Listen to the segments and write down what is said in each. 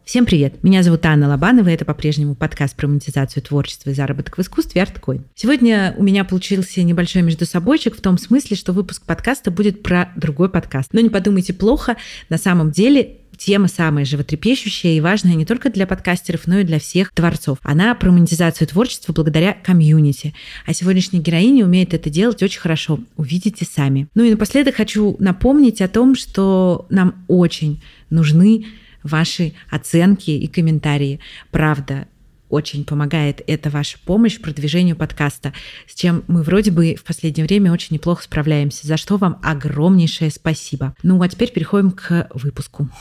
Всем привет! Меня зовут Анна Лобанова, и это по-прежнему подкаст про монетизацию творчества и заработок в искусстве «Арткоин». Сегодня у меня получился небольшой междусобойчик в том смысле, что выпуск подкаста будет про другой подкаст. Но не подумайте плохо, на самом деле тема самая животрепещущая и важная не только для подкастеров, но и для всех творцов. Она про монетизацию творчества благодаря комьюнити. А сегодняшняя героиня умеет это делать очень хорошо. Увидите сами. Ну и напоследок хочу напомнить о том, что нам очень нужны ваши оценки и комментарии. Правда, очень помогает эта ваша помощь продвижению подкаста, с чем мы вроде бы в последнее время очень неплохо справляемся, за что вам огромнейшее спасибо. Ну а теперь переходим к выпуску.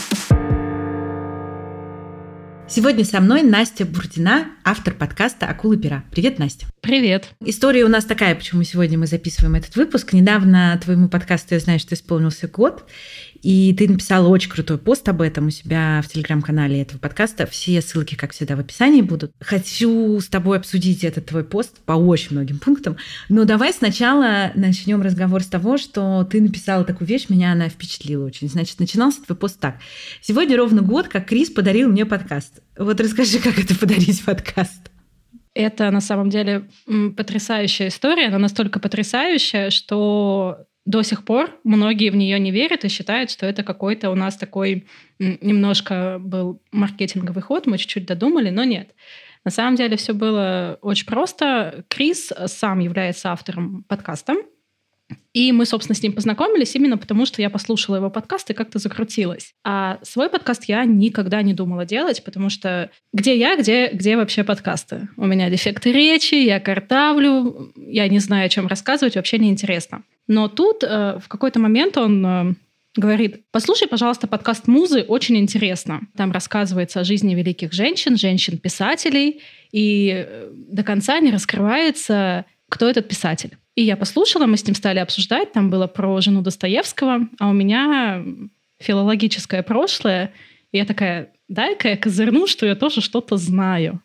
Сегодня со мной Настя Бурдина, автор подкаста «Акулы пера». Привет, Настя. Привет. История у нас такая, почему сегодня мы записываем этот выпуск. Недавно твоему подкасту, я знаю, что исполнился год, и ты написала очень крутой пост об этом у себя в телеграм-канале этого подкаста. Все ссылки, как всегда, в описании будут. Хочу с тобой обсудить этот твой пост по очень многим пунктам. Но давай сначала начнем разговор с того, что ты написала такую вещь, меня она впечатлила очень. Значит, начинался твой пост так. Сегодня ровно год, как Крис подарил мне подкаст. Вот расскажи, как это подарить подкаст. Это на самом деле потрясающая история. Она настолько потрясающая, что до сих пор многие в нее не верят и считают, что это какой-то у нас такой немножко был маркетинговый ход, мы чуть-чуть додумали, но нет. На самом деле все было очень просто. Крис сам является автором подкаста, и мы, собственно, с ним познакомились именно потому, что я послушала его подкаст и как-то закрутилась. А свой подкаст я никогда не думала делать, потому что где вообще подкасты? У меня дефекты речи, я картавлю, я не знаю, о чем рассказывать, вообще неинтересно. Но тут в какой-то момент он говорит: послушай, пожалуйста, подкаст «Музы», очень интересно. Там рассказывается о жизни великих женщин, женщин-писателей, и до конца не раскрывается, кто этот писатель. И я послушала, мы с ним стали обсуждать, там было про жену Достоевского, а у меня филологическое прошлое, и я такая: дай-ка я козырну, что я тоже что-то знаю.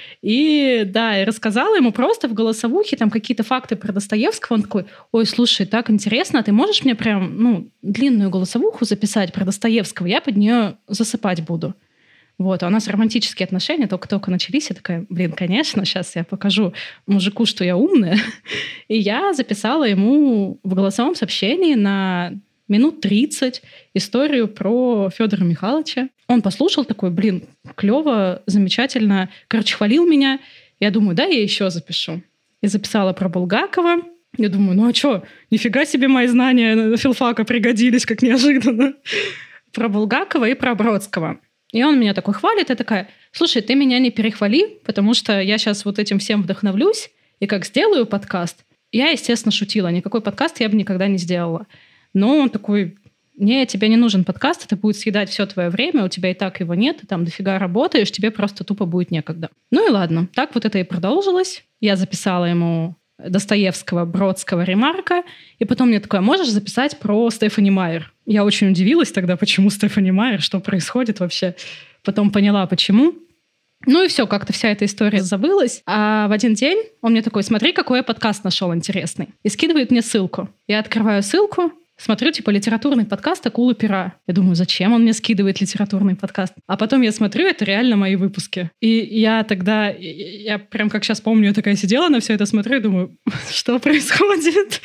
И да, я рассказала ему просто в голосовухе там какие-то факты про Достоевского. Он такой: ой, слушай, так интересно, а ты можешь мне прям длинную голосовуху записать про Достоевского? Я под нее засыпать буду. Вот, а у нас романтические отношения только-только начались. Я такая: блин, конечно, сейчас я покажу мужику, что я умная. И я записала ему в голосовом сообщении на минут 30 историю про Федора Михайловича. Он послушал, такой: блин, клево, замечательно. Короче, хвалил меня. Я думаю, да, я еще запишу. И записала про Булгакова. Я думаю, ну а что, нифига себе мои знания филфака пригодились, как неожиданно. Про Булгакова и про Бродского. И он меня такой хвалит, я такая: слушай, ты меня не перехвали, потому что я сейчас вот этим всем вдохновлюсь, и как сделаю подкаст. Я, естественно, шутила, никакой подкаст я бы никогда не сделала. Но он такой: не, тебе не нужен подкаст, это будет съедать все твое время, у тебя и так его нет, ты там дофига работаешь, тебе просто тупо будет некогда. Ну и ладно, так вот это и продолжилось. Я записала ему Достоевского, Бродского, Ремарка, и потом мне такое: можешь записать про Стефани Майер? Я очень удивилась тогда, почему Стефани Майер, что происходит вообще. Потом поняла, почему. Ну и все, как-то вся эта история забылась. А в один день он мне такой: смотри, какой я подкаст нашел интересный. И скидывает мне ссылку. Я открываю ссылку, смотрю, литературный подкаст «Акулы пера». Я думаю, зачем он мне скидывает литературный подкаст? А потом я смотрю, это реально мои выпуски. И я тогда, я прям как сейчас помню, я такая сидела на все это, смотрю и думаю: что происходит?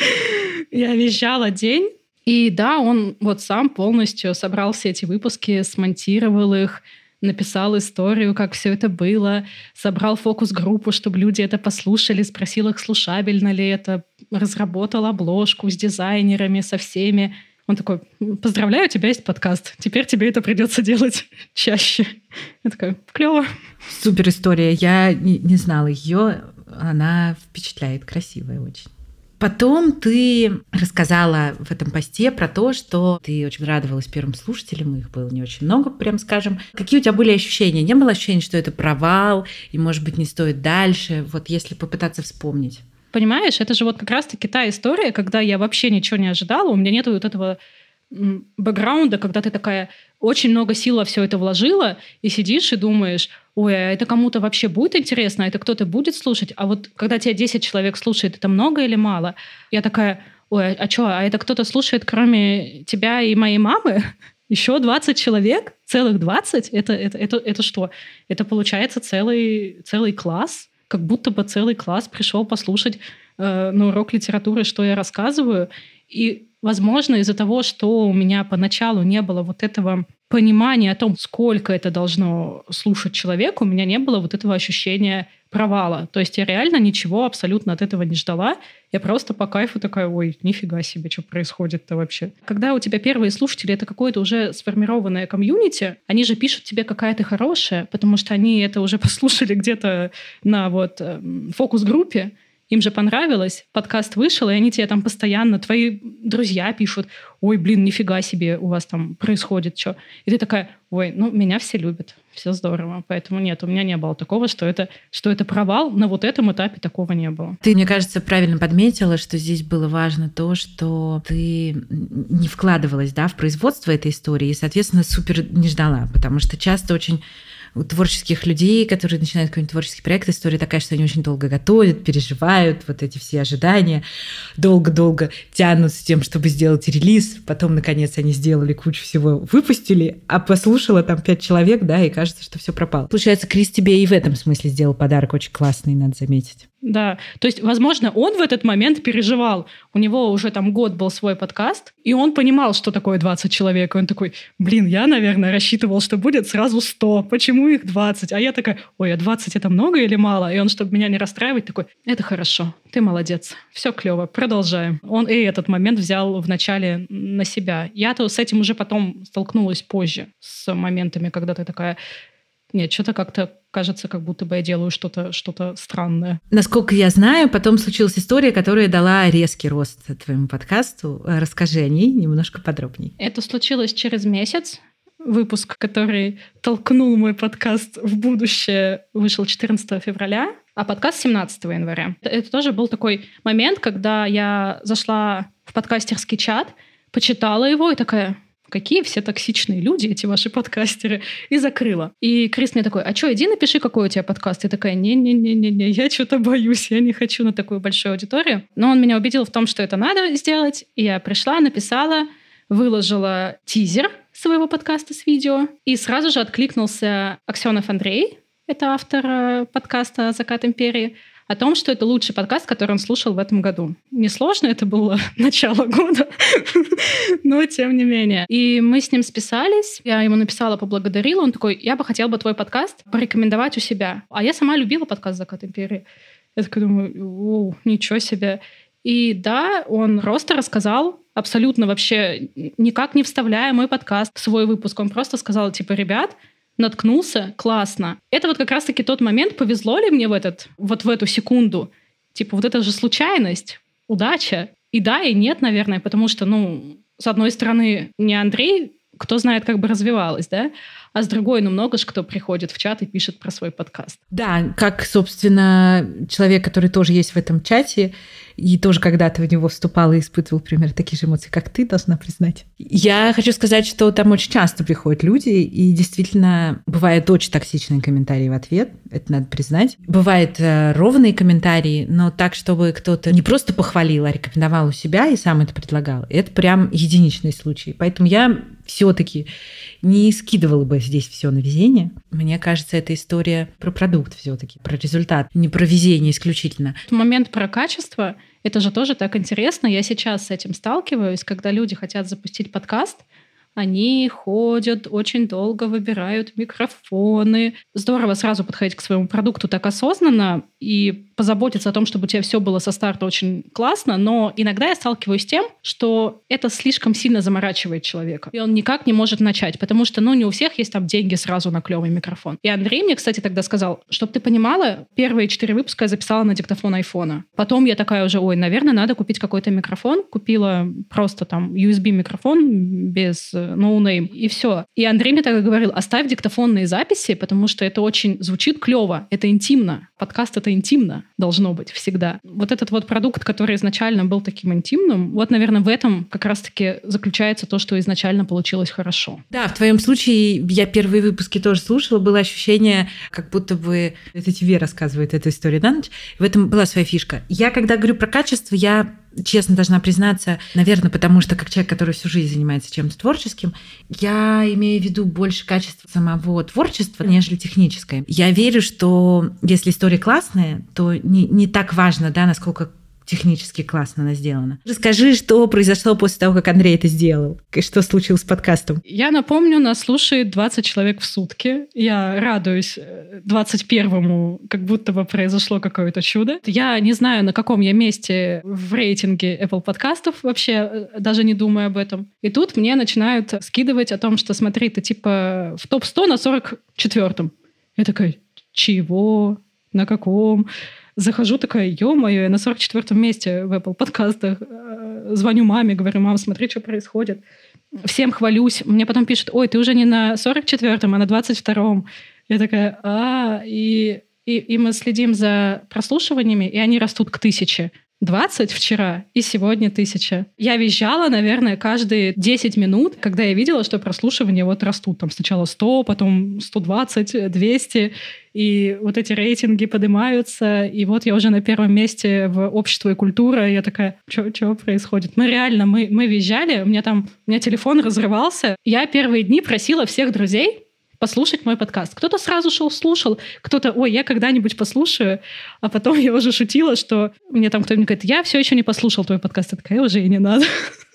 Я визжала день. И да, он вот сам полностью собрал все эти выпуски, смонтировал их, написал историю, как все это было, собрал фокус-группу, чтобы люди это послушали, спросил их, слушабельно ли это, разработал обложку с дизайнерами, со всеми. Он такой: поздравляю, у тебя есть подкаст, теперь тебе это придется делать чаще. Я такая: клево. Супер история, я не знала ее, она впечатляет, красивая очень. Потом ты рассказала в этом посте про то, что ты очень радовалась первым слушателям, их было не очень много, прям скажем. Какие у тебя были ощущения? Не было ощущения, что это провал, и, может быть, не стоит дальше, вот если попытаться вспомнить? Понимаешь, это же вот как раз-таки та история, когда я вообще ничего не ожидала, у меня нет вот этого бэкграунда, когда ты такая очень много сил во все это вложила, и сидишь и думаешь: ой, а это кому-то вообще будет интересно, а это кто-то будет слушать? А вот когда тебя 10 человек слушает, это много или мало? Я такая: ой, а что, а это кто-то слушает, кроме тебя и моей мамы? Еще 20 человек? Целых 20? Это что? Это получается целый класс? Как будто бы целый класс пришел послушать на урок литературы, что я рассказываю. И, возможно, из-за того, что у меня поначалу не было вот этого понимания о том, сколько это должно слушать человек, у меня не было вот этого ощущения провала. То есть я реально ничего абсолютно от этого не ждала. Я просто по кайфу такая, ой, нифига себе, что происходит-то вообще. Когда у тебя первые слушатели, это какое-то уже сформированное комьюнити, они же пишут тебе, какая ты хорошая, потому что они это уже послушали где-то на фокус-группе, им же понравилось, подкаст вышел, и они тебе там постоянно, твои друзья пишут, ой, блин, нифига себе у вас там происходит, что. И ты такая, ой, меня все любят, все здорово. Поэтому нет, у меня не было такого, что это провал, на вот этом этапе такого не было. Ты, мне кажется, правильно подметила, что здесь было важно то, что ты не вкладывалась, в производство этой истории и, соответственно, супер не ждала, потому что часто очень у творческих людей, которые начинают какой-нибудь творческий проект, история такая, что они очень долго готовят, переживают вот эти все ожидания, долго-долго тянут с тем, чтобы сделать релиз, потом, наконец, они сделали кучу всего, выпустили, а послушало там 5 человек, и кажется, что все пропало. Получается, Крис тебе и в этом смысле сделал подарок очень классный, надо заметить. Да, то есть, возможно, он в этот момент переживал. У него уже там год был свой подкаст, и он понимал, что такое 20 человек. И он такой, блин, я, наверное, рассчитывал, что будет сразу 100. Почему их 20? А я такая, ой, а 20 это много или мало? И он, чтобы меня не расстраивать, такой, это хорошо, ты молодец, все клево, продолжаем. Он и этот момент взял вначале на себя. Я-то с этим уже потом столкнулась позже, с моментами, когда ты такая... Нет, что-то как-то кажется, как будто бы я делаю что-то странное. Насколько я знаю, потом случилась история, которая дала резкий рост твоему подкасту. Расскажи о ней немножко подробнее. Это случилось через месяц. Выпуск, который толкнул мой подкаст в будущее, вышел 14 февраля, а подкаст 17 января. Это тоже был такой момент, когда я зашла в подкастерский чат, почитала его и такая... Какие все токсичные люди, эти ваши подкастеры, и закрыла. И Крис мне такой, а что, иди напиши, какой у тебя подкаст. Я такая, не-не-не-не, я что-то боюсь, я не хочу на такую большую аудиторию. Но он меня убедил в том, что это надо сделать. И я пришла, написала, выложила тизер своего подкаста с видео. И сразу же откликнулся Аксенов Андрей, это автор подкаста «Закат империи», о том, что это лучший подкаст, который он слушал в этом году. Несложно, это было начало года, но тем не менее. И мы с ним списались, я ему написала, поблагодарила, он такой, я бы хотел твой подкаст порекомендовать у себя. А я сама любила подкаст «Закат империи». Я такая думаю, ничего себе. И да, он просто рассказал, абсолютно вообще никак не вставляя мой подкаст в свой выпуск. Он просто сказал, ребят, наткнулся, классно. Это как раз-таки тот момент, повезло ли мне в эту секунду. Это же случайность, удача. И да, и нет, наверное, потому что, с одной стороны, не Андрей, кто знает, как бы развивалась, да? А с другой, много же кто приходит в чат и пишет про свой подкаст. Да, как, собственно, человек, который тоже есть в этом чате, и тоже когда-то в него вступал и испытывал примерно такие же эмоции, как ты, должна признать. Я хочу сказать, что там очень часто приходят люди, и действительно бывают очень токсичные комментарии в ответ, это надо признать. Бывают ровные комментарии, но так, чтобы кто-то не просто похвалил, а рекомендовал у себя и сам это предлагал. Это прям единичный случай. Поэтому я все-таки не скидывала бы здесь все на везение. Мне кажется, это история про продукт все-таки, про результат, не про везение исключительно. Момент про качество, это же тоже так интересно. Я сейчас с этим сталкиваюсь, когда люди хотят запустить подкаст, они ходят, очень долго выбирают микрофоны. Здорово сразу подходить к своему продукту так осознанно и позаботиться о том, чтобы у тебя все было со старта очень классно, но иногда я сталкиваюсь с тем, что это слишком сильно заморачивает человека, и он никак не может начать, потому что, не у всех есть там деньги сразу на клевый микрофон. И Андрей мне, кстати, тогда сказал, чтобы ты понимала, первые 4 выпуска я записала на диктофон айфона. Потом я такая уже, наверное, надо купить какой-то микрофон. Купила просто там USB-микрофон без ноунейм, и все. И Андрей мне тогда говорил, оставь диктофонные записи, потому что это очень звучит клево, это интимно. Подкаст — это интимно должно быть всегда. Вот этот продукт, который изначально был таким интимным, наверное, в этом как раз-таки заключается то, что изначально получилось хорошо. Да, в твоем случае я первые выпуски тоже слушала, было ощущение, как будто бы это тебе рассказывает эту историю на ночь. В этом была своя фишка. Я, когда говорю про качество, я честно должна признаться, наверное, потому что как человек, который всю жизнь занимается чем-то творческим, я имею в виду больше качество самого творчества, нежели техническое. Я верю, что если история классная, то не так важно, да, насколько технически классно она сделана. Расскажи, что произошло после того, как Андрей это сделал, и что случилось с подкастом. Я напомню, нас слушает 20 человек в сутки. Я радуюсь 21-му, как будто бы произошло какое-то чудо. Я не знаю, на каком я месте в рейтинге Apple подкастов вообще, даже не думаю об этом. И тут мне начинают скидывать о том, что смотри, ты типа в топ-100 на 44-м. Я такая, чего? На каком? Захожу такая, ё-моё, я на 44-м месте в Apple подкастах. Звоню маме, говорю, мам, смотри, что происходит. Всем хвалюсь. Мне потом пишут, ой, ты уже не на 44-м, а на 22-м. Я такая, и мы следим за прослушиваниями, и они растут к 1000. 20 вчера и сегодня 1000. Я визжала, наверное, каждые 10 минут, когда я видела, что прослушивания вот растут. Там сначала 100, потом 120, 200. И вот эти рейтинги поднимаются. И вот я уже на первом месте в «Общество и культура». И я такая, что происходит? Мы реально, мы визжали. У меня телефон разрывался. Я первые дни просила всех друзей послушать мой подкаст. Кто-то сразу слушал, кто-то, ой, я когда-нибудь послушаю, а потом я уже шутила, что мне там кто-нибудь говорит, я все еще не послушал твой подкаст. Я такая, уже и не надо.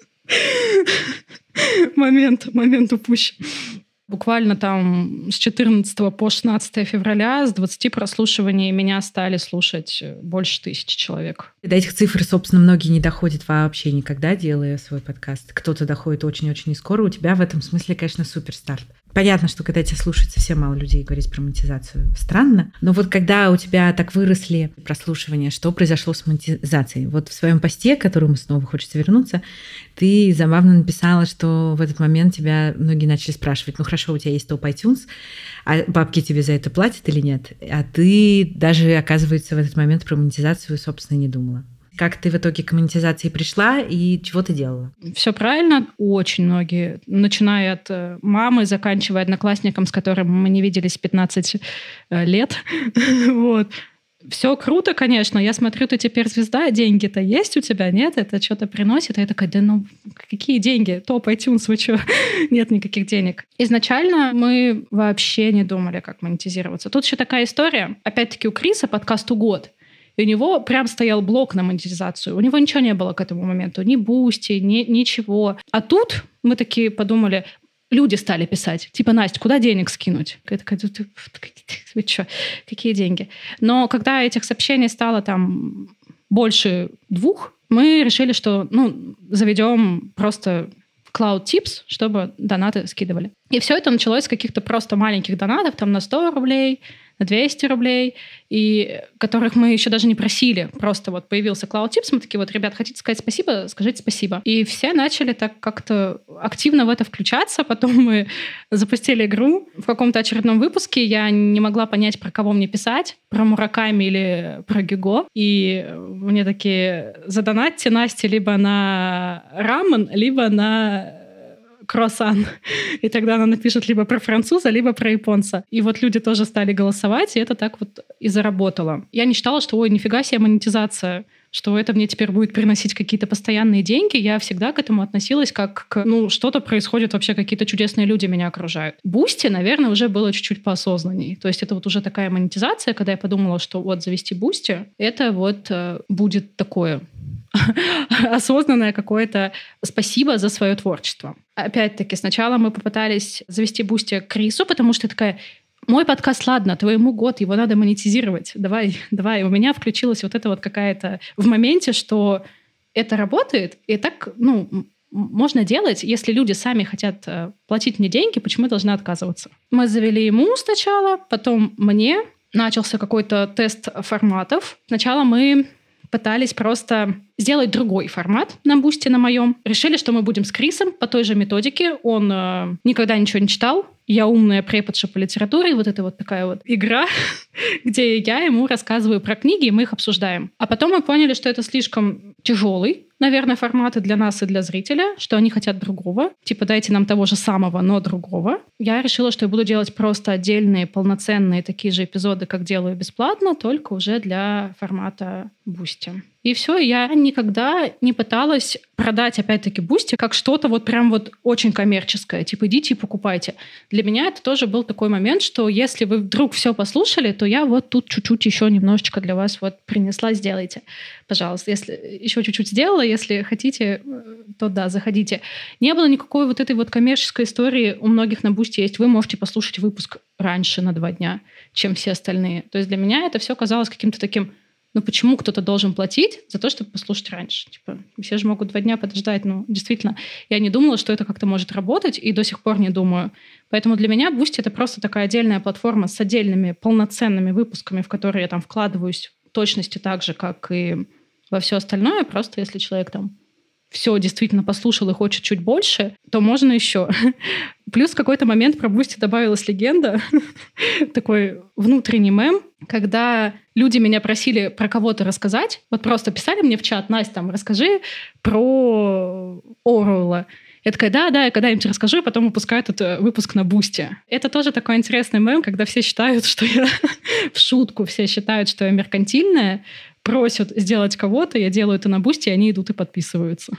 Момент упущен. Буквально там с 14 по 16 февраля с 20 прослушиваний меня стали слушать больше 1000 человек. До этих цифр, собственно, многие не доходят вообще никогда, делая свой подкаст. Кто-то доходит очень-очень скоро. У тебя в этом смысле, конечно, супер старт. Понятно, что когда тебя слушает совсем мало людей, говорить про монетизацию странно. Но вот когда у тебя так выросли прослушивания, что произошло с монетизацией? Вот в своем посте, к которому снова хочется вернуться, ты забавно написала, что в этот момент тебя многие начали спрашивать, ну хорошо, у тебя есть топ iTunes, а бабки тебе за это платят или нет? А ты даже, оказывается, в этот момент про монетизацию, собственно, не думала. Как ты в итоге к монетизации пришла и чего ты делала? Все правильно. Очень многие, начиная от мамы, заканчивая одноклассником, с которым мы не виделись 15 лет. Вот. Все круто, конечно. Я смотрю, ты теперь звезда, деньги-то есть у тебя, нет? Это что-то приносит? А я такая, да ну, какие деньги? Топ iTunes, вы что? Нет никаких денег. Изначально мы вообще не думали, как монетизироваться. Тут еще такая история. Опять-таки у Криса подкасту год. И у него прям стоял блок на монетизацию. У него ничего не было к этому моменту. Ни бусти, ничего. А тут мы такие подумали, люди стали писать. Типа, Настя, куда денег скинуть? Я такая, вы что, какие деньги? Но когда этих сообщений стало там больше 2, мы решили, что заведем просто Cloud Tips, чтобы донаты скидывали. И все это началось с каких-то просто маленьких донатов, там на 100 рублей, на 200 рублей, и которых мы еще даже не просили. Просто вот появился Cloud Tips, мы такие, вот, ребят, хотите сказать спасибо? Скажите спасибо. И все начали так как-то активно в это включаться. Потом мы запустили игру. В каком-то очередном выпуске я не могла понять, про кого мне писать, про Мураками или про Гюго. И мне такие, задонатьте Насте либо на рамен, либо на круассан. И тогда она напишет либо про француза, либо про японца. И вот люди тоже стали голосовать, и это так вот и заработало. Я не считала, что, ой, нифига себе монетизация, что это мне теперь будет приносить какие-то постоянные деньги. Я всегда к этому относилась как к, что-то происходит, вообще какие-то чудесные люди меня окружают. Бусти, наверное, уже было чуть-чуть поосознанней. То есть это вот уже такая монетизация, когда я подумала, что вот завести Бусти, это вот будет такое осознанное какое-то спасибо за свое творчество. Опять-таки, сначала мы попытались завести Бусти к Крису, потому что я такая, мой подкаст, ладно, твоему год, его надо монетизировать. Давай. У меня включилась вот эта вот какая-то в моменте, что это работает, и так, можно делать, если люди сами хотят платить мне деньги, почему я должна отказываться? Мы завели ему сначала, потом мне. Начался какой-то тест форматов. Сначала мы пытались просто сделать другой формат на Бусти, на моем. Решили, что мы будем с Крисом по той же методике. Он никогда ничего не читал. Я умная преподша по литературе. Вот это вот такая вот игра, где я ему рассказываю про книги, и мы их обсуждаем. А потом мы поняли, что это слишком тяжелый наверное, форматы для нас и для зрителя, что они хотят другого. Типа, дайте нам того же самого, но другого. Я решила, что я буду делать просто отдельные, полноценные такие же эпизоды, как делаю бесплатно, только уже для формата Boosty. И все, я никогда не пыталась продать, опять-таки, Boosty как что-то вот прям вот очень коммерческое. Типа, идите и покупайте. Для меня это тоже был такой момент, что если вы вдруг все послушали, то я вот тут чуть-чуть еще немножечко для вас вот принесла, сделайте. Пожалуйста, если еще чуть-чуть сделала, если хотите, то да, заходите. Не было никакой вот этой вот коммерческой истории. У многих на Boosty есть. Вы можете послушать выпуск раньше на 2 дня, чем все остальные. То есть для меня это все казалось каким-то таким... Ну, почему кто-то должен платить за то, чтобы послушать раньше? Типа, все же могут 2 дня подождать. Ну, действительно, я не думала, что это как-то может работать, и до сих пор не думаю. Поэтому для меня Boosty — это просто такая отдельная платформа с отдельными полноценными выпусками, в которые я там вкладываюсь в точности так же, как и во все остальное. Просто если человек там все действительно послушал и хочет чуть больше, то можно еще. Плюс в какой-то момент про Boosty добавилась легенда, такой внутренний мем, когда люди меня просили про кого-то рассказать, вот просто писали мне в чат: Настя, там, расскажи про Оруэлла. Я такая: да, я когда-нибудь расскажу, и потом выпускаю этот выпуск на Boosty. Это тоже такой интересный мем, когда все считают, что я в шутку, все считают, что я меркантильная, просят сделать кого-то, я делаю это на Boosty, и они идут и подписываются.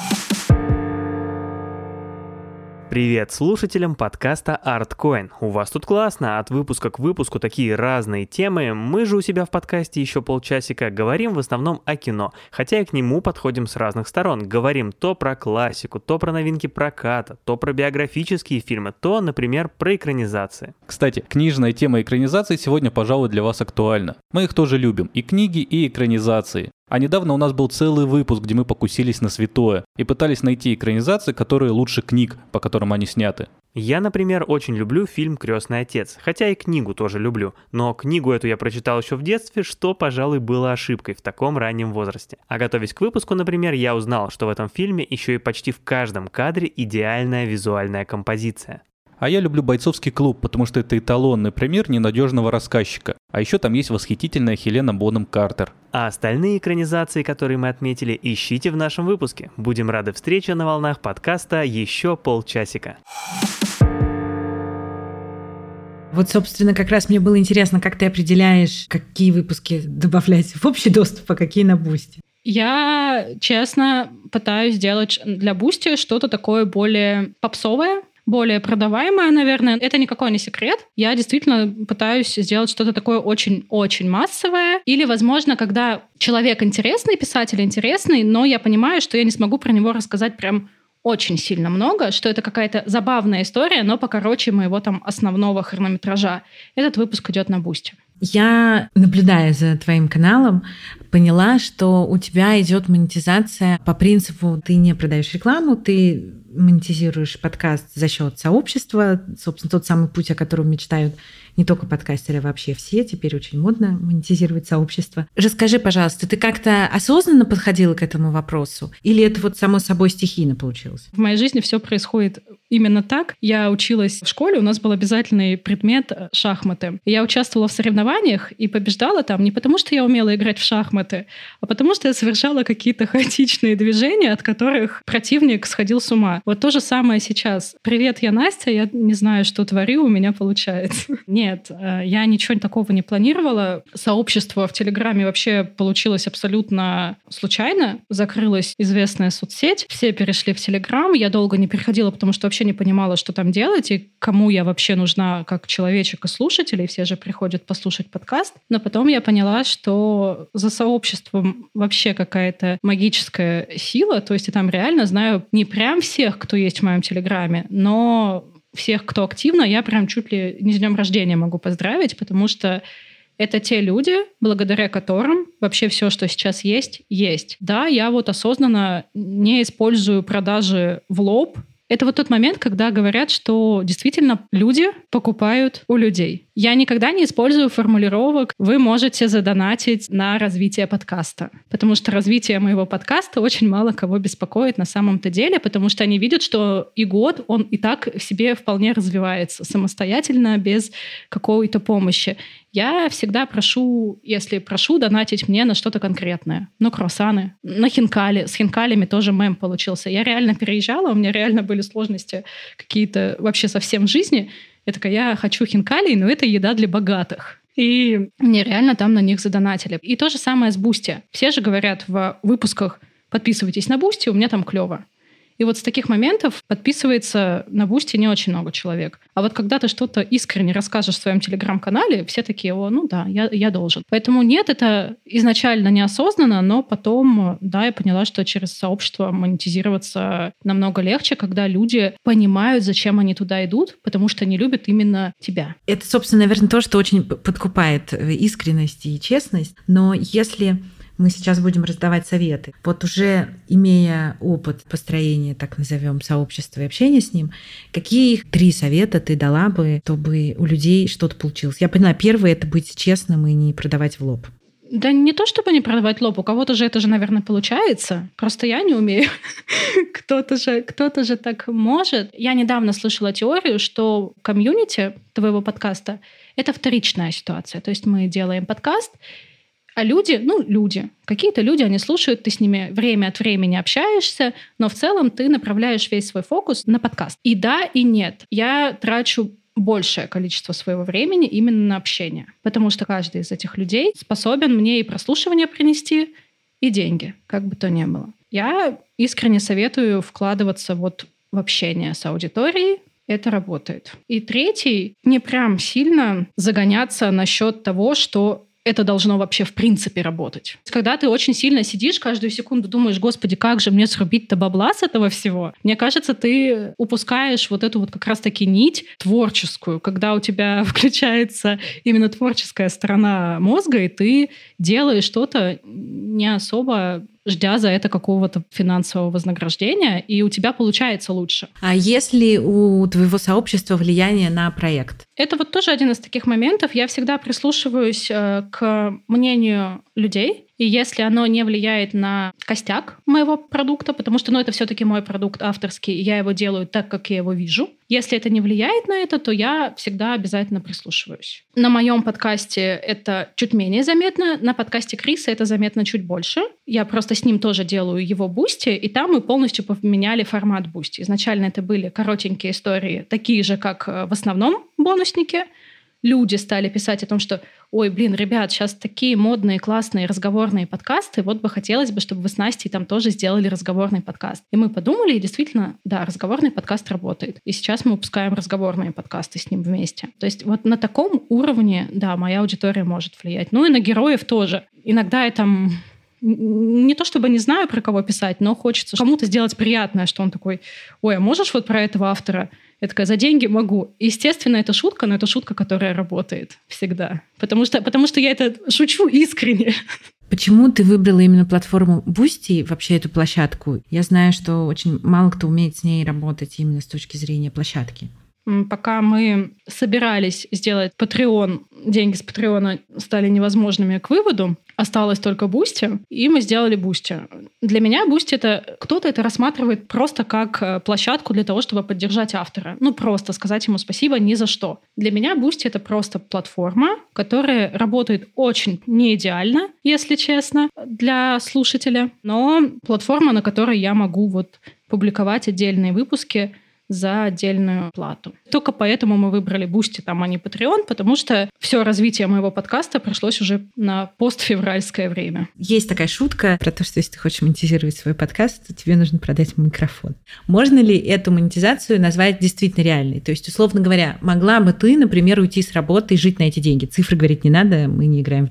Привет слушателям подкаста ArtCoin. У вас тут классно, от выпуска к выпуску такие разные темы. Мы же у себя в подкасте еще полчасика говорим в основном о кино, хотя и к нему подходим с разных сторон. Говорим то про классику, то про новинки проката, то про биографические фильмы, то, например, про экранизации. Кстати, книжная тема экранизаций сегодня, пожалуй, для вас актуальна. Мы их тоже любим, и книги, и экранизации. А недавно у нас был целый выпуск, где мы покусились на святое и пытались найти экранизации, которые лучше книг, по которым они сняты. Я, например, очень люблю фильм «Крестный отец», хотя и книгу тоже люблю, но книгу эту я прочитал еще в детстве, что, пожалуй, было ошибкой в таком раннем возрасте. А готовясь к выпуску, например, я узнал, что в этом фильме еще и почти в каждом кадре идеальная визуальная композиция. А я люблю «Бойцовский клуб», потому что это эталонный пример ненадежного рассказчика. А еще там есть восхитительная Хелена Бонем Картер. А остальные экранизации, которые мы отметили, ищите в нашем выпуске. Будем рады встрече на волнах подкаста «Еще полчасика». Вот, собственно, как раз мне было интересно, как ты определяешь, какие выпуски добавлять в общий доступ, а какие на Boosty. Я, честно, пытаюсь сделать для Boosty что-то такое более попсовое, более продаваемое, наверное. Это никакой не секрет. Я действительно пытаюсь сделать что-то такое очень-очень массовое. Или, возможно, когда человек интересный, писатель интересный, но я понимаю, что я не смогу про него рассказать прям очень сильно много, что это какая-то забавная история, но покороче моего там основного хронометража. Этот выпуск идет на Boosty. Я, наблюдая за твоим каналом, поняла, что у тебя идет монетизация по принципу: ты не продаешь рекламу, ты монетизируешь подкаст за счет сообщества, собственно, тот самый путь, о котором мечтают не только подкастеры, а вообще все. Теперь очень модно монетизировать сообщество. Расскажи, пожалуйста, ты как-то осознанно подходила к этому вопросу? Или это вот само собой стихийно получилось? В моей жизни все происходит именно так. Я училась в школе, у нас был обязательный предмет шахматы. Я участвовала в соревнованиях и побеждала там не потому, что я умела играть в шахматы, а потому что я совершала какие-то хаотичные движения, от которых противник сходил с ума. Вот то же самое сейчас. Привет, я Настя, я не знаю, что творю, у меня получается. Нет, я ничего такого не планировала. Сообщество в Телеграме вообще получилось абсолютно случайно. Закрылась известная соцсеть, все перешли в Телеграм. Я долго не переходила, потому что вообще не понимала, что там делать и кому я вообще нужна как человечек и слушатель, и все же приходят послушать подкаст. Но потом я поняла, что за сообществом вообще какая-то магическая сила, то есть я там реально знаю не прям всех, кто есть в моем Телеграме, но всех, кто активно, я прям чуть ли не с днем рождения могу поздравить, потому что это те люди, благодаря которым вообще все, что сейчас есть, есть. Да, я вот осознанно не использую продажи в лоб. Это вот тот момент, когда говорят, что действительно люди покупают у людей. Я никогда не использую формулировок «вы можете задонатить на развитие подкаста», потому что развитие моего подкаста очень мало кого беспокоит на самом-то деле, потому что они видят, что и год он и так в себе вполне развивается самостоятельно, без какой-то помощи. Я всегда прошу, если прошу, донатить мне на что-то конкретное. На круассаны, на хинкали. С хинкалями тоже мем получился. Я реально переезжала, у меня реально были сложности какие-то вообще совсем в жизни. Я такая, я хочу хинкалей, но это еда для богатых. И мне реально там на них задонатили. И то же самое с Boosty. Все же говорят в выпусках, подписывайтесь на Boosty, у меня там клево. И вот с таких моментов подписывается на Boosty не очень много человек. А вот когда ты что-то искренне расскажешь в своем телеграм-канале, все такие, о, ну да, я должен. Поэтому нет, это изначально неосознанно, но потом, да, я поняла, что через сообщество монетизироваться намного легче, когда люди понимают, зачем они туда идут, потому что они любят именно тебя. Это, собственно, наверное, то, что очень подкупает искренность и честность. Но если мы сейчас будем раздавать советы. Вот уже имея опыт построения, так назовем, сообщества и общения с ним, какие 3 совета ты дала бы, чтобы у людей что-то получилось? Я поняла, первое — это быть честным и не продавать в лоб. Да не то, чтобы не продавать лоб, у кого-то же это же, наверное, получается. Просто я не умею. Кто-то же так может. Я недавно слышала теорию, что комьюнити твоего подкаста — это вторичная ситуация. То есть мы делаем подкаст, а люди, какие-то люди, они слушают, ты с ними время от времени общаешься, но в целом ты направляешь весь свой фокус на подкаст. И да, и нет. Я трачу большее количество своего времени именно на общение, потому что каждый из этих людей способен мне и прослушивание принести, и деньги, как бы то ни было. Я искренне советую вкладываться вот в общение с аудиторией. Это работает. И 3, не прям сильно загоняться насчет того, что это должно вообще в принципе работать. Когда ты очень сильно сидишь, каждую секунду думаешь, господи, как же мне срубить-то бабла с этого всего? Мне кажется, ты упускаешь вот эту вот как раз-таки нить творческую, когда у тебя включается именно творческая сторона мозга, и ты делаешь что-то не особо ждя за это какого-то финансового вознаграждения, и у тебя получается лучше. А если у твоего сообщества влияние на проект? Это вот тоже один из таких моментов. Я всегда прислушиваюсь к мнению людей, и если оно не влияет на костяк моего продукта, потому что это все-таки мой продукт авторский, и я его делаю так, как я его вижу. Если это не влияет на это, то я всегда обязательно прислушиваюсь. На моем подкасте это чуть менее заметно, на подкасте Криса это заметно чуть больше. Я просто с ним тоже делаю его Boosty, и там мы полностью поменяли формат Boosty. Изначально это были коротенькие истории, такие же, как в основном бонусники. Люди стали писать о том, что ой, ребят, сейчас такие модные, классные разговорные подкасты, вот бы хотелось бы, чтобы вы с Настей там тоже сделали разговорный подкаст. И мы подумали, и действительно, да, разговорный подкаст работает. И сейчас мы выпускаем разговорные подкасты с ним вместе. То есть вот на таком уровне, да, моя аудитория может влиять. Ну и на героев тоже. Иногда я там не то чтобы не знаю, про кого писать, но хочется кому-то сделать приятное, что он такой, ой, а можешь вот про этого автора? Я такая, за деньги могу. Естественно, это шутка, но это шутка, которая работает всегда. Потому что я это шучу искренне. Почему ты выбрала именно платформу Boosty, вообще эту площадку? Я знаю, что очень мало кто умеет с ней работать именно с точки зрения площадки. Пока мы собирались сделать Patreon, деньги с Patreon стали невозможными к выводу, осталось только Boosty, и мы сделали Boosty. Для меня Boosty — кто-то это рассматривает просто как площадку для того, чтобы поддержать автора. Просто сказать ему спасибо ни за что. Для меня Boosty — это просто платформа, которая работает очень не идеально, если честно, для слушателя, но платформа, на которой я могу публиковать отдельные выпуски за отдельную плату. Только поэтому мы выбрали Boosty, а не Patreon, потому что все развитие моего подкаста пришлось уже на постфевральское время. Есть такая шутка про то, что если ты хочешь монетизировать свой подкаст, то тебе нужно продать микрофон. Можно ли эту монетизацию назвать действительно реальной? То есть, условно говоря, могла бы ты, например, уйти с работы и жить на эти деньги? Цифры говорить не надо, мы не играем в Дудя.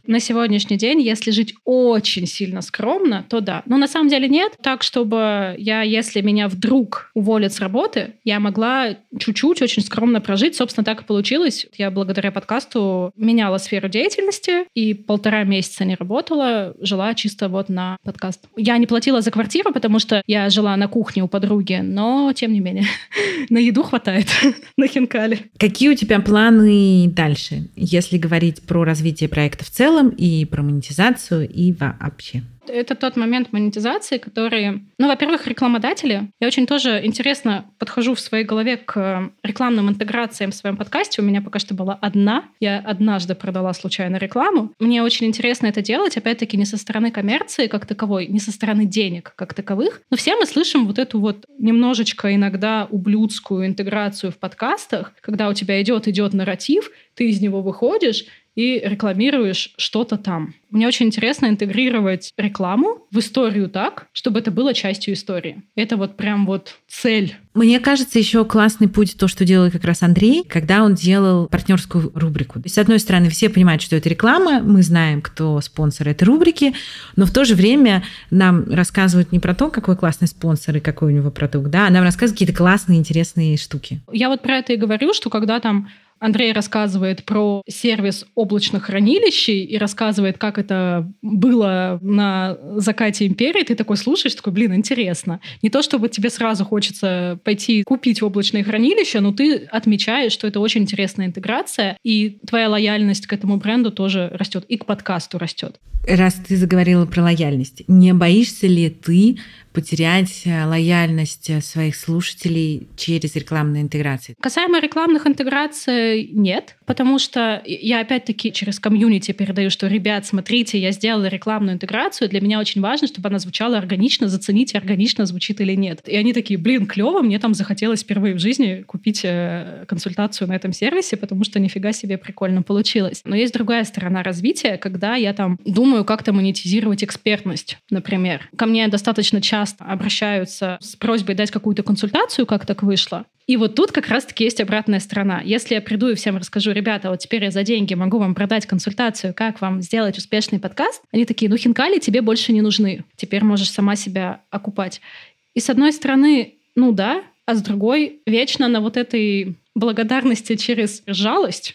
На сегодняшний день, если жить очень сильно скромно, то да. Но на самом деле нет. Так, чтобы если меня вдруг уволят с работы, я могла чуть-чуть очень скромно прожить. Собственно, так и получилось. Я благодаря подкасту меняла сферу деятельности и 1,5 месяца не работала, жила чисто вот на подкаст. Я не платила за квартиру, потому что я жила на кухне у подруги, но тем не менее на еду хватает, на хинкали. Какие у тебя планы дальше, если говорить про развитие проекта в целом и про монетизацию и вообще? Это тот момент монетизации, который... во-первых, рекламодатели. Я очень тоже интересно подхожу в своей голове к рекламным интеграциям в своем подкасте. У меня пока что была одна. Я однажды продала случайно рекламу. Мне очень интересно это делать, опять-таки, не со стороны коммерции как таковой, не со стороны денег как таковых. Но все мы слышим вот эту вот немножечко иногда ублюдскую интеграцию в подкастах, когда у тебя идет нарратив, ты из него выходишь и рекламируешь что-то там. Мне очень интересно интегрировать рекламу в историю так, чтобы это было частью истории. Это вот прям вот цель. Мне кажется, еще классный путь то, что делал как раз Андрей, когда он делал партнерскую рубрику. То есть, с одной стороны, все понимают, что это реклама, мы знаем, кто спонсор этой рубрики, но в то же время нам рассказывают не про то, какой классный спонсор и какой у него продукт, да, а нам рассказывают какие-то классные, интересные штуки. Я вот про это и говорю, что когда там Андрей рассказывает про сервис облачных хранилищей и рассказывает, как это было на закате империи. Ты такой слушаешь, такой, интересно. Не то, чтобы тебе сразу хочется пойти купить облачные хранилища, но ты отмечаешь, что это очень интересная интеграция, и твоя лояльность к этому бренду тоже растет, и к подкасту растет. Раз ты заговорила про лояльность, не боишься ли ты потерять лояльность своих слушателей через рекламные интеграции? Касаемо рекламных интеграций, нет, потому что я опять-таки через комьюнити передаю, что, ребят, смотрите, я сделала рекламную интеграцию, для меня очень важно, чтобы она звучала органично, зацените, органично звучит или нет. И они такие, клево, мне там захотелось впервые в жизни купить консультацию на этом сервисе, потому что нифига себе прикольно получилось. Но есть другая сторона развития, когда я там думаю, как-то монетизировать экспертность, например. Ко мне достаточно часто обращаются с просьбой дать какую-то консультацию, как так вышло. И вот тут как раз-таки есть обратная сторона. Если я приду и всем расскажу, ребята, вот теперь я за деньги могу вам продать консультацию, как вам сделать успешный подкаст, они такие, хинкали тебе больше не нужны. Теперь можешь сама себя окупать. И с одной стороны, да, а с другой вечно на вот этой благодарности через жалость,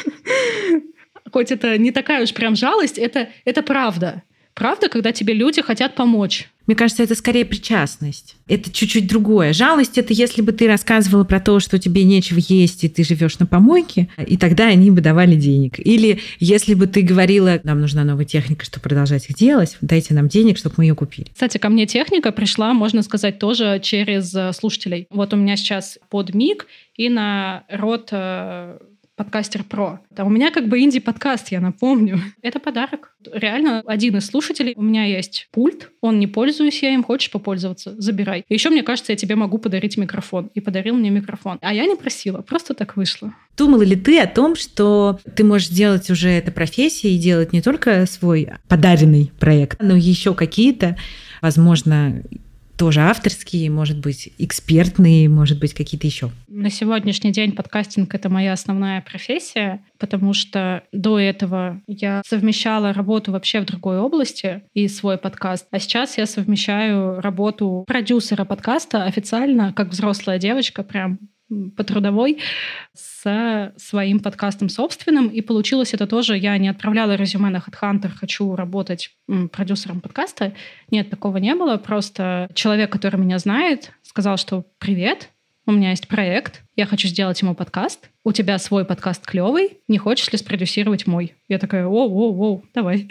хоть это не такая уж прям жалость, это правда. Правда, когда тебе люди хотят помочь. Мне кажется, это скорее причастность. Это чуть-чуть другое. Жалость — это если бы ты рассказывала про то, что тебе нечего есть, и ты живешь на помойке, и тогда они бы давали денег. Или если бы ты говорила, нам нужна новая техника, чтобы продолжать их делать, дайте нам денег, чтобы мы ее купили. Кстати, ко мне техника пришла, можно сказать, тоже через слушателей. Вот у меня сейчас под миг и на род Подкастер Про. У меня инди-подкаст, я напомню. Это подарок. Реально, один из слушателей. У меня есть пульт, он не пользуюсь я им. Хочешь попользоваться? Забирай. И еще, мне кажется, я тебе могу подарить микрофон. И подарил мне микрофон. А я не просила, просто так вышло. Думала ли ты о том, что ты можешь делать уже это профессией и делать не только свой подаренный проект, но еще какие-то, возможно, тоже авторские, может быть, экспертные, может быть, какие-то еще? На сегодняшний день подкастинг — это моя основная профессия, потому что до этого я совмещала работу вообще в другой области и свой подкаст. А сейчас я совмещаю работу продюсера подкаста официально, как взрослая девочка, прям по трудовой, со своим подкастом собственным. И получилось это тоже. Я не отправляла резюме на HeadHunter, хочу работать продюсером подкаста. Нет, такого не было. Просто человек, который меня знает, сказал, что «Привет, у меня есть проект, я хочу сделать ему подкаст. У тебя свой подкаст клевый, не хочешь ли спродюсировать мой?» Я такая «Воу, давай».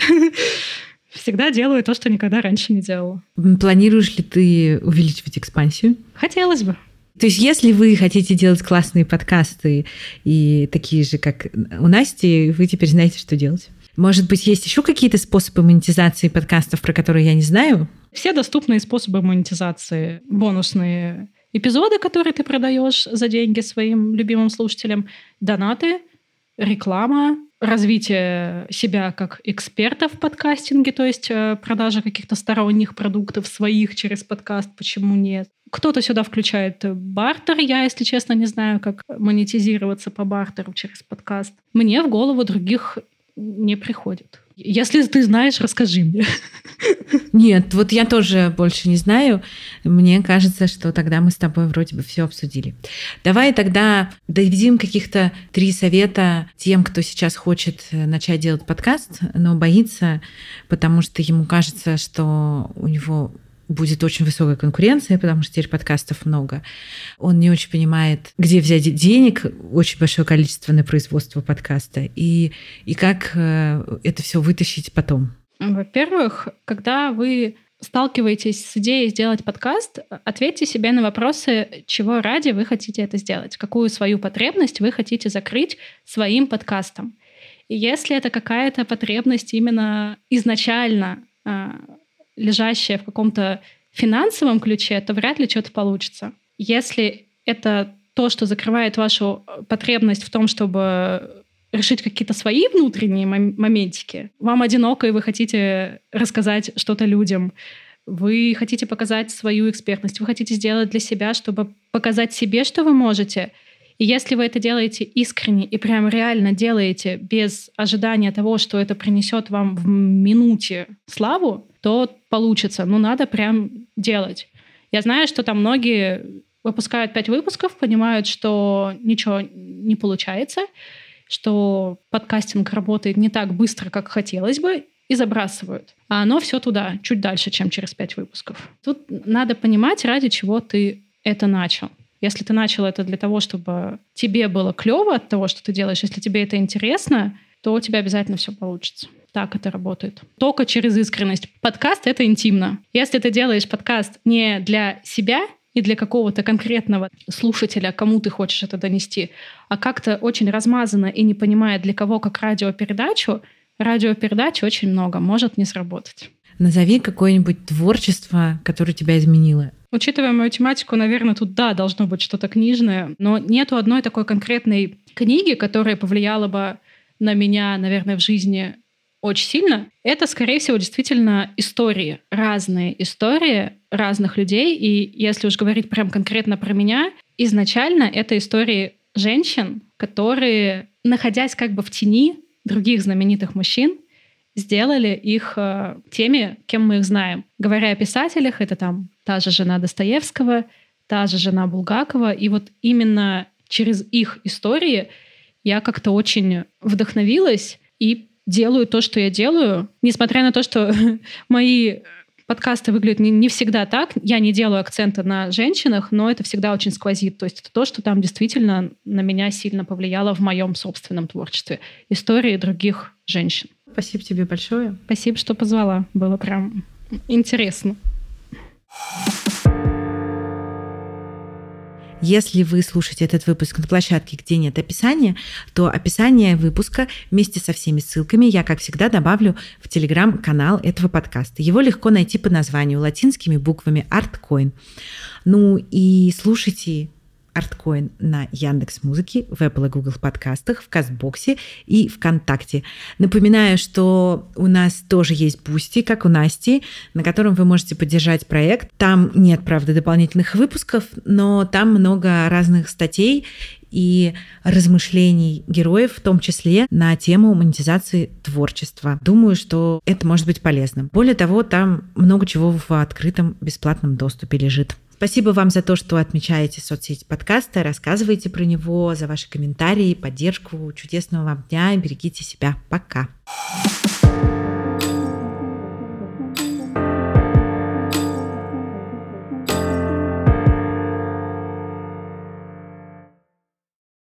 Всегда делаю то, что никогда раньше не делала. Планируешь ли ты увеличивать экспансию? Хотелось бы. То есть, если вы хотите делать классные подкасты и такие же, как у Насти, вы теперь знаете, что делать. Может быть, есть еще какие-то способы монетизации подкастов, про которые я не знаю? Все доступные способы монетизации. Бонусные эпизоды, которые ты продаешь за деньги своим любимым слушателям, донаты, реклама, развитие себя как эксперта в подкастинге, то есть продажа каких-то сторонних продуктов своих через подкаст, почему нет. Кто-то сюда включает бартер. Я, если честно, не знаю, как монетизироваться по бартеру через подкаст. Мне в голову других не приходит. Если ты знаешь, расскажи мне. Нет, вот я тоже больше не знаю. Мне кажется, что тогда мы с тобой вроде бы все обсудили. Давай тогда дадим каких-то 3 совета тем, кто сейчас хочет начать делать подкаст, но боится, потому что ему кажется, что у него будет очень высокая конкуренция, потому что теперь подкастов много. Он не очень понимает, где взять денег, очень большое количество на производство подкаста, и как это все вытащить потом. Во-первых, когда вы сталкиваетесь с идеей сделать подкаст, ответьте себе на вопросы, чего ради вы хотите это сделать, какую свою потребность вы хотите закрыть своим подкастом. И если это какая-то потребность именно изначально лежащая в каком-то финансовом ключе, то вряд ли что-то получится. Если это то, что закрывает вашу потребность в том, чтобы решить какие-то свои внутренние моментики, вам одиноко, и вы хотите рассказать что-то людям, вы хотите показать свою экспертность, вы хотите сделать для себя, чтобы показать себе, что вы можете. И если вы это делаете искренне и прям реально делаете без ожидания того, что это принесет вам в минуте славу, то получится. Ну, надо прям делать. Я знаю, что там многие выпускают 5 выпусков, понимают, что ничего не получается, что подкастинг работает не так быстро, как хотелось бы, и забрасывают. А оно все туда, чуть дальше, чем через 5 выпусков. Тут надо понимать, ради чего ты это начал. Если ты начал это для того, чтобы тебе было клево от того, что ты делаешь, если тебе это интересно, то у тебя обязательно все получится. Так это работает. Только через искренность. Подкаст — это интимно. Если ты делаешь подкаст не для себя и для какого-то конкретного слушателя, кому ты хочешь это донести, а как-то очень размазанно и не понимая, для кого, как радиопередачу очень много, может не сработать. Назови какое-нибудь творчество, которое тебя изменило. Учитывая мою тематику, наверное, тут, да, должно быть что-то книжное, но нету одной такой конкретной книги, которая повлияла бы на меня, наверное, в жизни очень сильно. Это, скорее всего, действительно истории, разные истории разных людей. И если уж говорить прям конкретно про меня, изначально это истории женщин, которые, находясь как бы в тени других знаменитых мужчин, сделали их теми, кем мы их знаем. Говоря о писателях, это там та же жена Достоевского, та же жена Булгакова. И вот именно через их истории я как-то очень вдохновилась и делаю то, что я делаю. Несмотря на то, что мои подкасты выглядят не всегда так, я не делаю акцента на женщинах, но это всегда очень сквозит. То есть это то, что там действительно на меня сильно повлияло в моем собственном творчестве. Истории других женщин. Спасибо тебе большое. Спасибо, что позвала. Было прям интересно. Если вы слушаете этот выпуск на площадке, где нет описания, то описание выпуска вместе со всеми ссылками я, как всегда, добавлю в телеграм-канал этого подкаста. Его легко найти по названию латинскими буквами ArtCoin. Ну и слушайте ArtCoin на Яндекс.Музыке, в Apple и Google подкастах, в Кастбоксе и ВКонтакте. Напоминаю, что у нас тоже есть Boosty, как у Насти, на котором вы можете поддержать проект. Там нет, правда, дополнительных выпусков, но там много разных статей и размышлений героев, в том числе на тему монетизации творчества. Думаю, что это может быть полезным. Более того, там много чего в открытом бесплатном доступе лежит. Спасибо вам за то, что отмечаете соцсети подкаста, рассказываете про него, за ваши комментарии, поддержку. Чудесного вам дня и берегите себя. Пока.